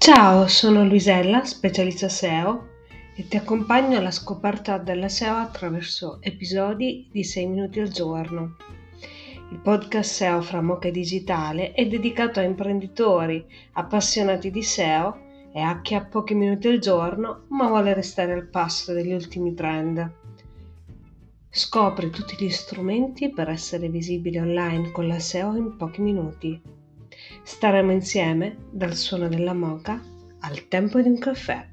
Ciao, sono Luisella, specialista SEO, e ti accompagno alla scoperta della SEO attraverso episodi di 6 minuti al giorno. Il podcast SEO fra Mocha e Digitale è dedicato a imprenditori appassionati di SEO e a chi ha pochi minuti al giorno ma vuole restare al passo degli ultimi trend. Scopri tutti gli strumenti per essere visibile online con la SEO in pochi minuti. Staremo insieme dal suono della moka al tempo di un caffè.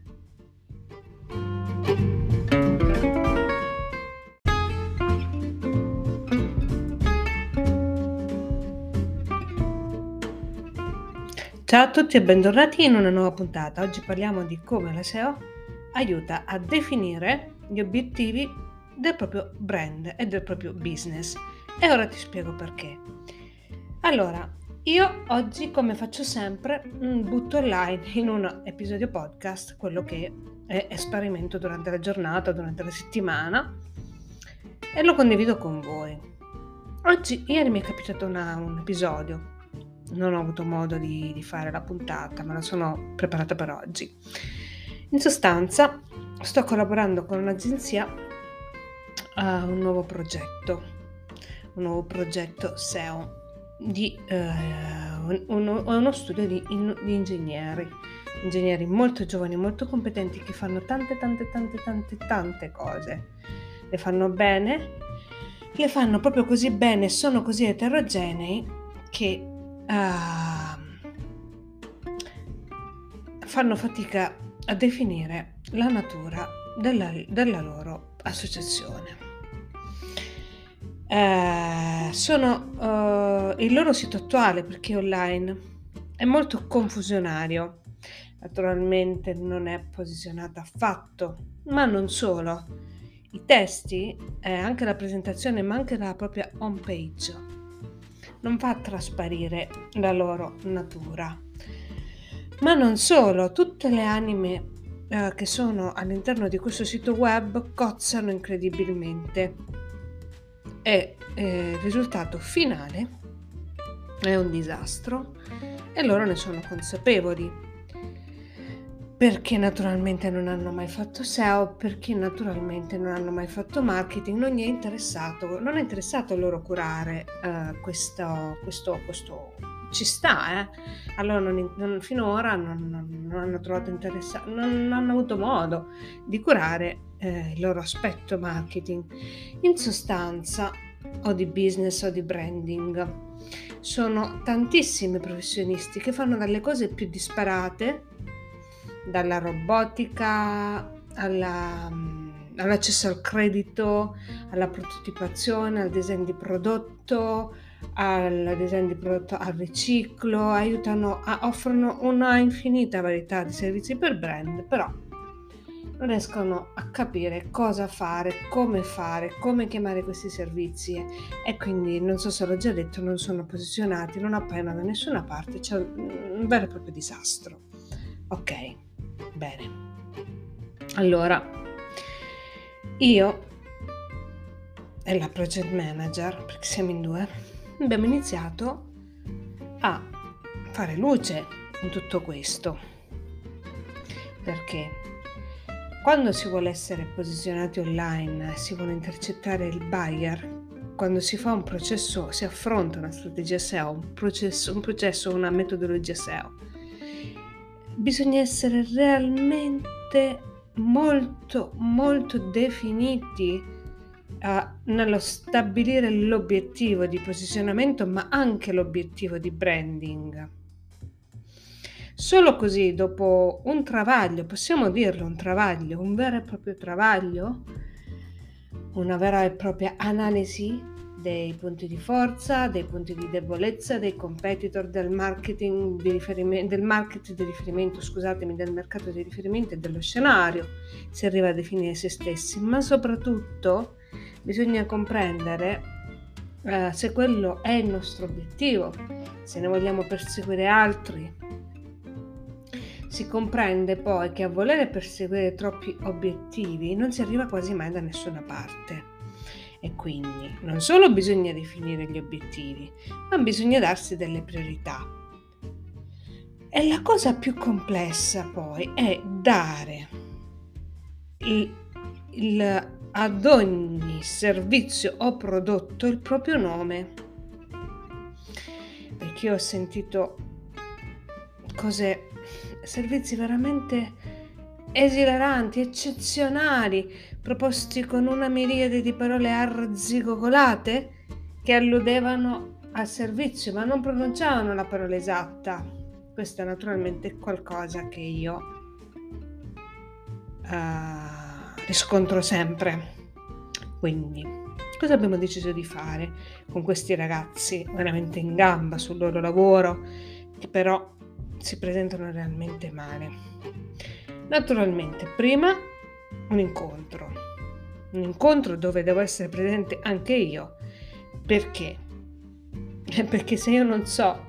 Ciao a tutti e bentornati in una nuova puntata. Oggi parliamo di come la SEO aiuta a definire gli obiettivi del proprio brand e del proprio business. E ora ti spiego perché. Allora, io oggi, come faccio sempre, butto online in un episodio podcast quello che è esperimento durante la giornata, durante la settimana, e lo condivido con voi. Ieri mi è capitato un episodio, non ho avuto modo di fare la puntata, me la sono preparata per oggi. In sostanza, sto collaborando con un'agenzia a un nuovo progetto SEO di uno studio di ingegneri molto giovani, molto competenti, che fanno tante cose. Le fanno bene, le fanno proprio così bene, sono così eterogenei che fanno fatica a definire la natura della loro associazione. Il loro sito attuale, perché online, è molto confusionario. Naturalmente non è posizionata affatto, ma non solo. I testi, anche la presentazione, ma anche la propria home page non fa trasparire la loro natura. Ma non solo, tutte le anime che sono all'interno di questo sito web cozzano incredibilmente e il risultato finale è un disastro e loro ne sono consapevoli, perché naturalmente non hanno mai fatto SEO, perché naturalmente non hanno mai fatto marketing, non è interessato loro curare questo ci sta, allora finora non hanno trovato non hanno avuto modo di curare il loro aspetto marketing, in sostanza, o di business o di branding. Sono tantissimi professionisti che fanno dalle cose più disparate, dalla robotica all'accesso al credito, alla prototipazione, al design di prodotto, al riciclo, offrono una infinita varietà di servizi per brand, però non riescono a capire cosa fare, come chiamare questi servizi, e quindi, non so se l'ho già detto, non sono posizionati, non appaiono da nessuna parte, c'è un vero e proprio disastro. Ok, bene. Allora, io e la project manager, perché siamo in due, abbiamo iniziato a fare luce in tutto questo, perché quando si vuole essere posizionati online, si vuole intercettare il buyer, quando si fa un processo, si affronta una strategia SEO, un processo, una metodologia SEO, bisogna essere realmente molto definiti nello stabilire l'obiettivo di posizionamento, ma anche l'obiettivo di branding. Solo così, dopo un travaglio, possiamo dirlo un travaglio, un vero e proprio travaglio, una vera e propria analisi dei punti di forza, dei punti di debolezza, dei competitor, del marketing di riferimento, del mercato di riferimento e dello scenario, si arriva a definire se stessi, ma soprattutto bisogna comprendere se quello è il nostro obiettivo, se ne vogliamo perseguire altri. Si comprende poi che a volere perseguire troppi obiettivi non si arriva quasi mai da nessuna parte, e quindi non solo bisogna definire gli obiettivi, ma bisogna darsi delle priorità. E la cosa più complessa poi è dare il ad ogni servizio o prodotto il proprio nome. Perché io ho sentito cose servizi veramente esilaranti, eccezionali, proposti con una miriade di parole arzigogolate che alludevano al servizio, ma non pronunciavano la parola esatta. Questo naturalmente è qualcosa che io riscontro sempre. Quindi, cosa abbiamo deciso di fare con questi ragazzi veramente in gamba sul loro lavoro, che però si presentano realmente male? Naturalmente, prima un incontro dove devo essere presente anche io. Perché? Perché se io non so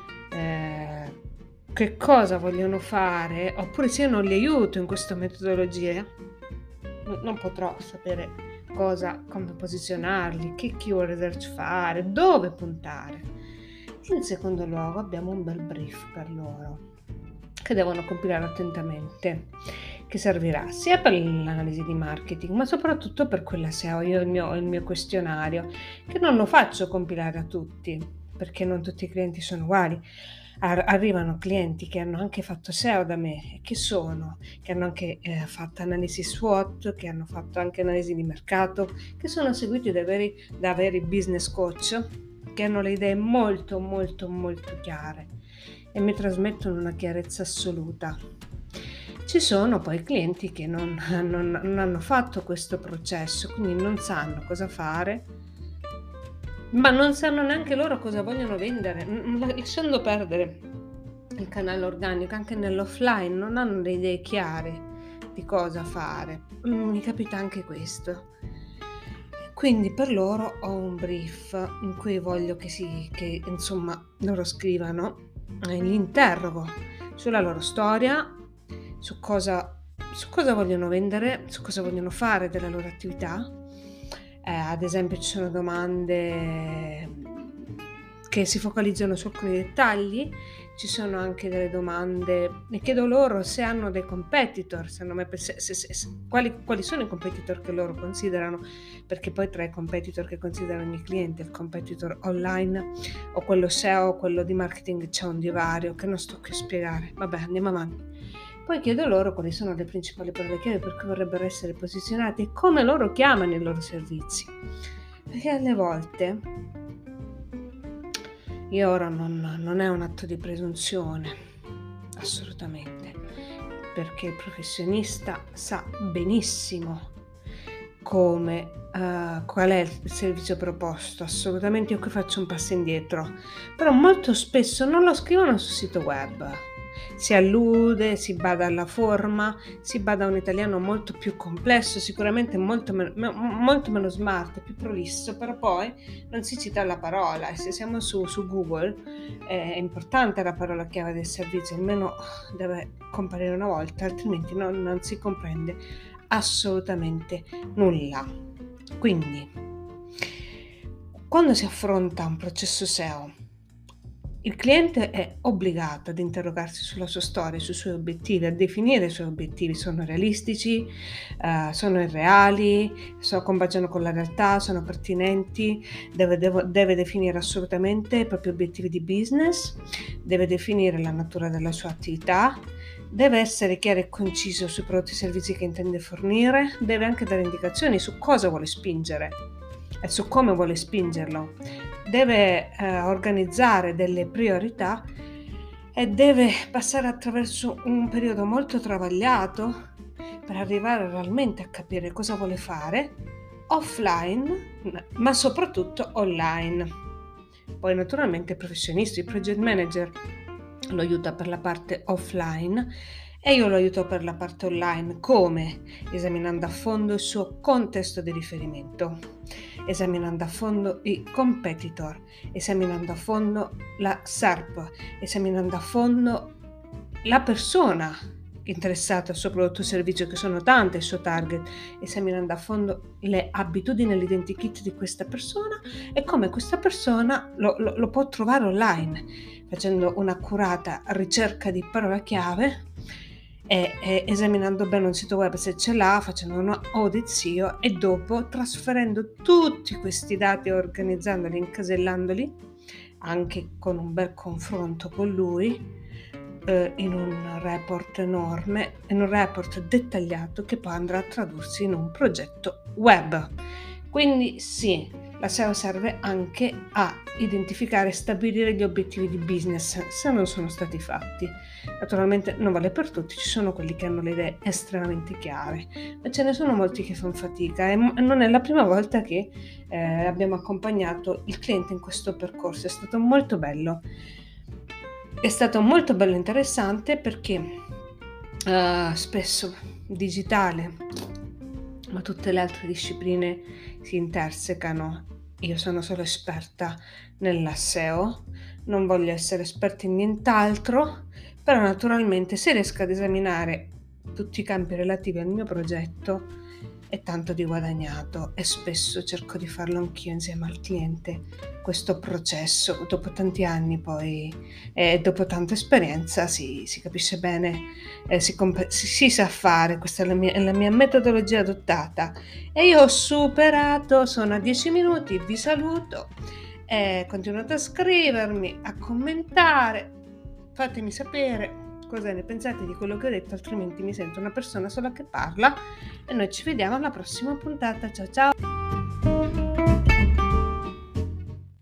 che cosa vogliono fare, oppure se io non li aiuto in questa metodologia, non potrò sapere come posizionarli, che keyword research fare, dove puntare. In secondo luogo abbiamo un bel brief per loro che devono compilare attentamente, che servirà sia per l'analisi di marketing, ma soprattutto per quella SEO. Io ho il mio questionario, che non lo faccio compilare a tutti, perché non tutti i clienti sono uguali. Arrivano clienti che hanno anche fatto SEO da me, che hanno anche fatto analisi SWOT, che hanno fatto anche analisi di mercato, che sono seguiti da veri business coach, che hanno le idee molto molto molto chiare e mi trasmettono una chiarezza assoluta. Ci sono poi clienti che non hanno fatto questo processo, quindi non sanno cosa fare, ma non sanno neanche loro cosa vogliono vendere, lasciando perdere il canale organico. Anche nell'offline non hanno le idee chiare di cosa fare. Mi capita anche questo. Quindi per loro ho un brief in cui voglio che insomma loro scrivano, li interrogo sulla loro storia, su cosa vogliono vendere, su cosa vogliono fare della loro attività. Ad esempio ci sono domande che si focalizzano su alcuni dettagli, ci sono anche delle domande, ne chiedo loro se hanno dei competitor, quali sono i competitor che loro considerano, perché poi tra i competitor che considerano i miei clienti, il competitor online o quello SEO o quello di marketing, c'è un divario che non sto qui a spiegare. Vabbè, andiamo avanti. Poi chiedo loro quali sono le principali parole chiave per cui vorrebbero essere posizionati e come loro chiamano i loro servizi. Perché alle volte, io ora non è un atto di presunzione, assolutamente, perché il professionista sa benissimo qual è il servizio proposto. Assolutamente, io qui faccio un passo indietro, però molto spesso non lo scrivono sul sito web. Si allude, si bada alla forma, si bada a un italiano molto più complesso, sicuramente molto meno smart, più prolisso, però poi non si cita la parola. E se siamo su Google è importante la parola chiave del servizio, almeno deve comparire una volta, altrimenti non si comprende assolutamente nulla. Quindi, quando si affronta un processo SEO, il cliente è obbligato ad interrogarsi sulla sua storia, sui suoi obiettivi, a definire i suoi obiettivi. Sono realistici, sono irreali, compagiano con la realtà, sono pertinenti. Deve definire assolutamente i propri obiettivi di business, deve definire la natura della sua attività, deve essere chiaro e conciso sui prodotti e servizi che intende fornire, deve anche dare indicazioni su cosa vuole spingere e su come vuole spingerlo. Deve organizzare delle priorità e deve passare attraverso un periodo molto travagliato per arrivare realmente a capire cosa vuole fare offline, ma soprattutto online. Poi naturalmente il professionista, il project manager, lo aiuta per la parte offline e io lo aiuto per la parte online. Come? Esaminando a fondo il suo contesto di riferimento, esaminando a fondo i competitor, esaminando a fondo la SERP, esaminando a fondo la persona interessate al suo prodotto o servizio, che sono tante il suo target, esaminando a fondo le abitudini e l'identikit di questa persona e come questa persona lo può trovare online, facendo un'accurata ricerca di parola chiave e esaminando bene un sito web se ce l'ha, facendo un audit SEO e dopo trasferendo tutti questi dati e organizzandoli, incasellandoli, anche con un bel confronto con lui, in un report enorme, in un report dettagliato che poi andrà a tradursi in un progetto web. Quindi sì, la SEO serve anche a identificare e stabilire gli obiettivi di business se non sono stati fatti. Naturalmente non vale per tutti, ci sono quelli che hanno le idee estremamente chiare, ma ce ne sono molti che fanno fatica e non è la prima volta che abbiamo accompagnato il cliente in questo percorso. È stato molto bello. È stato molto bello e interessante perché spesso digitale, ma tutte le altre discipline si intersecano. Io sono solo esperta nella SEO, non voglio essere esperta in nient'altro, però naturalmente se riesco ad esaminare tutti i campi relativi al mio progetto è tanto di guadagnato e spesso cerco di farlo anch'io insieme al cliente, questo processo. Dopo tanti anni poi, dopo tanta esperienza si capisce bene, si sa fare, questa è la mia metodologia adottata e io ho superato, sono a 10 minuti, vi saluto, continuate a scrivermi, a commentare, fatemi sapere cosa ne pensate di quello che ho detto, altrimenti mi sento una persona sola che parla e noi ci vediamo alla prossima puntata. Ciao ciao!